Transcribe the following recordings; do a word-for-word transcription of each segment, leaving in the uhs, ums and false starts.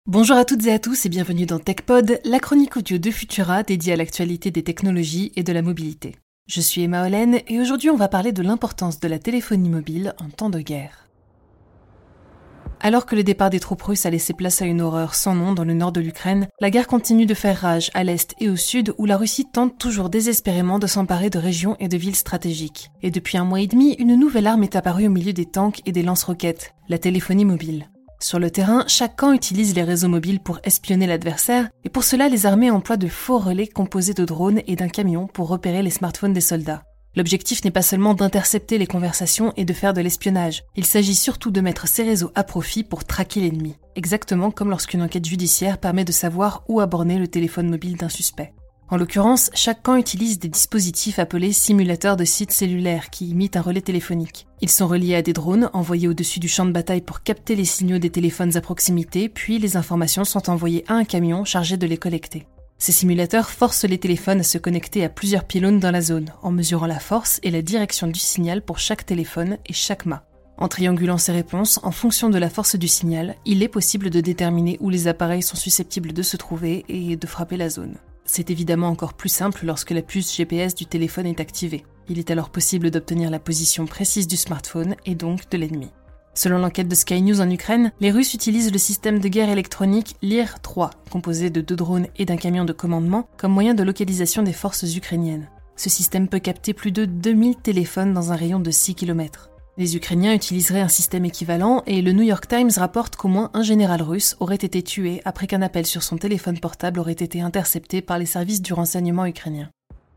Bonjour à toutes et à tous et bienvenue dans TechPod, la chronique audio de Futura dédiée à l'actualité des technologies et de la mobilité. Je suis Emma Hollen et aujourd'hui on va parler de l'importance de la téléphonie mobile en temps de guerre. Alors que le départ des troupes russes a laissé place à une horreur sans nom dans le nord de l'Ukraine, la guerre continue de faire rage à l'est et au sud où la Russie tente toujours désespérément de s'emparer de régions et de villes stratégiques. Et depuis un mois et demi, une nouvelle arme est apparue au milieu des tanks et des lance-roquettes, la téléphonie mobile. Sur le terrain, chaque camp utilise les réseaux mobiles pour espionner l'adversaire, et pour cela les armées emploient de faux relais composés de drones et d'un camion pour repérer les smartphones des soldats. L'objectif n'est pas seulement d'intercepter les conversations et de faire de l'espionnage, il s'agit surtout de mettre ces réseaux à profit pour traquer l'ennemi, exactement comme lorsqu'une enquête judiciaire permet de savoir où a borné le téléphone mobile d'un suspect. En l'occurrence, chaque camp utilise des dispositifs appelés simulateurs de sites cellulaires qui imitent un relais téléphonique. Ils sont reliés à des drones envoyés au-dessus du champ de bataille pour capter les signaux des téléphones à proximité, puis les informations sont envoyées à un camion chargé de les collecter. Ces simulateurs forcent les téléphones à se connecter à plusieurs pylônes dans la zone, en mesurant la force et la direction du signal pour chaque téléphone et chaque mât. En triangulant ces réponses, en fonction de la force du signal, il est possible de déterminer où les appareils sont susceptibles de se trouver et de frapper la zone. C'est évidemment encore plus simple lorsque la puce G P S du téléphone est activée. Il est alors possible d'obtenir la position précise du smartphone et donc de l'ennemi. Selon l'enquête de Sky News en Ukraine, les Russes utilisent le système de guerre électronique L I R trois, composé de deux drones et d'un camion de commandement, comme moyen de localisation des forces ukrainiennes. Ce système peut capter plus de deux mille téléphones dans un rayon de six kilomètres. Les Ukrainiens utiliseraient un système équivalent et le New York Times rapporte qu'au moins un général russe aurait été tué après qu'un appel sur son téléphone portable aurait été intercepté par les services du renseignement ukrainien.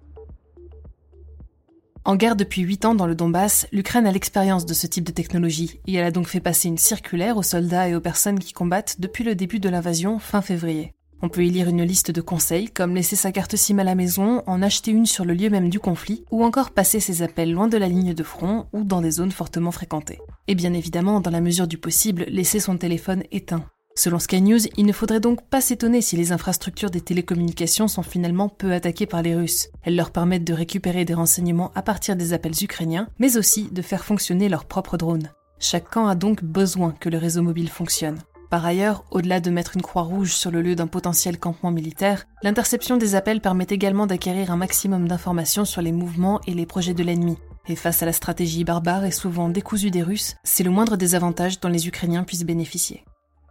En guerre depuis huit ans dans le Donbass, l'Ukraine a l'expérience de ce type de technologie et elle a donc fait passer une circulaire aux soldats et aux personnes qui combattent depuis le début de l'invasion fin février. On peut y lire une liste de conseils comme laisser sa carte SIM à la maison, en acheter une sur le lieu même du conflit ou encore passer ses appels loin de la ligne de front ou dans des zones fortement fréquentées. Et bien évidemment, dans la mesure du possible, laisser son téléphone éteint. Selon Sky News, il ne faudrait donc pas s'étonner si les infrastructures des télécommunications sont finalement peu attaquées par les Russes. Elles leur permettent de récupérer des renseignements à partir des appels ukrainiens, mais aussi de faire fonctionner leurs propres drones. Chaque camp a donc besoin que le réseau mobile fonctionne. Par ailleurs, au-delà de mettre une croix rouge sur le lieu d'un potentiel campement militaire, l'interception des appels permet également d'acquérir un maximum d'informations sur les mouvements et les projets de l'ennemi. Et face à la stratégie barbare et souvent décousue des Russes, c'est le moindre des avantages dont les Ukrainiens puissent bénéficier.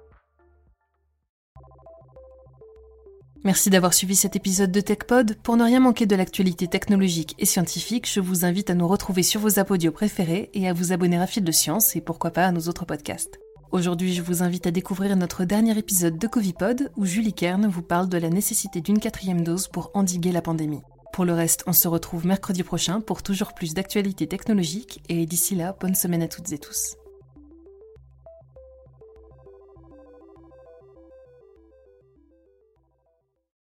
Merci d'avoir suivi cet épisode de TechPod. Pour ne rien manquer de l'actualité technologique et scientifique, je vous invite à nous retrouver sur vos apps audio préférés et à vous abonner à Fil de Science et pourquoi pas à nos autres podcasts. Aujourd'hui, je vous invite à découvrir notre dernier épisode de Covipod où Julie Kern vous parle de la nécessité d'une quatrième dose pour endiguer la pandémie. Pour le reste, on se retrouve mercredi prochain pour toujours plus d'actualités technologiques et d'ici là, bonne semaine à toutes et tous.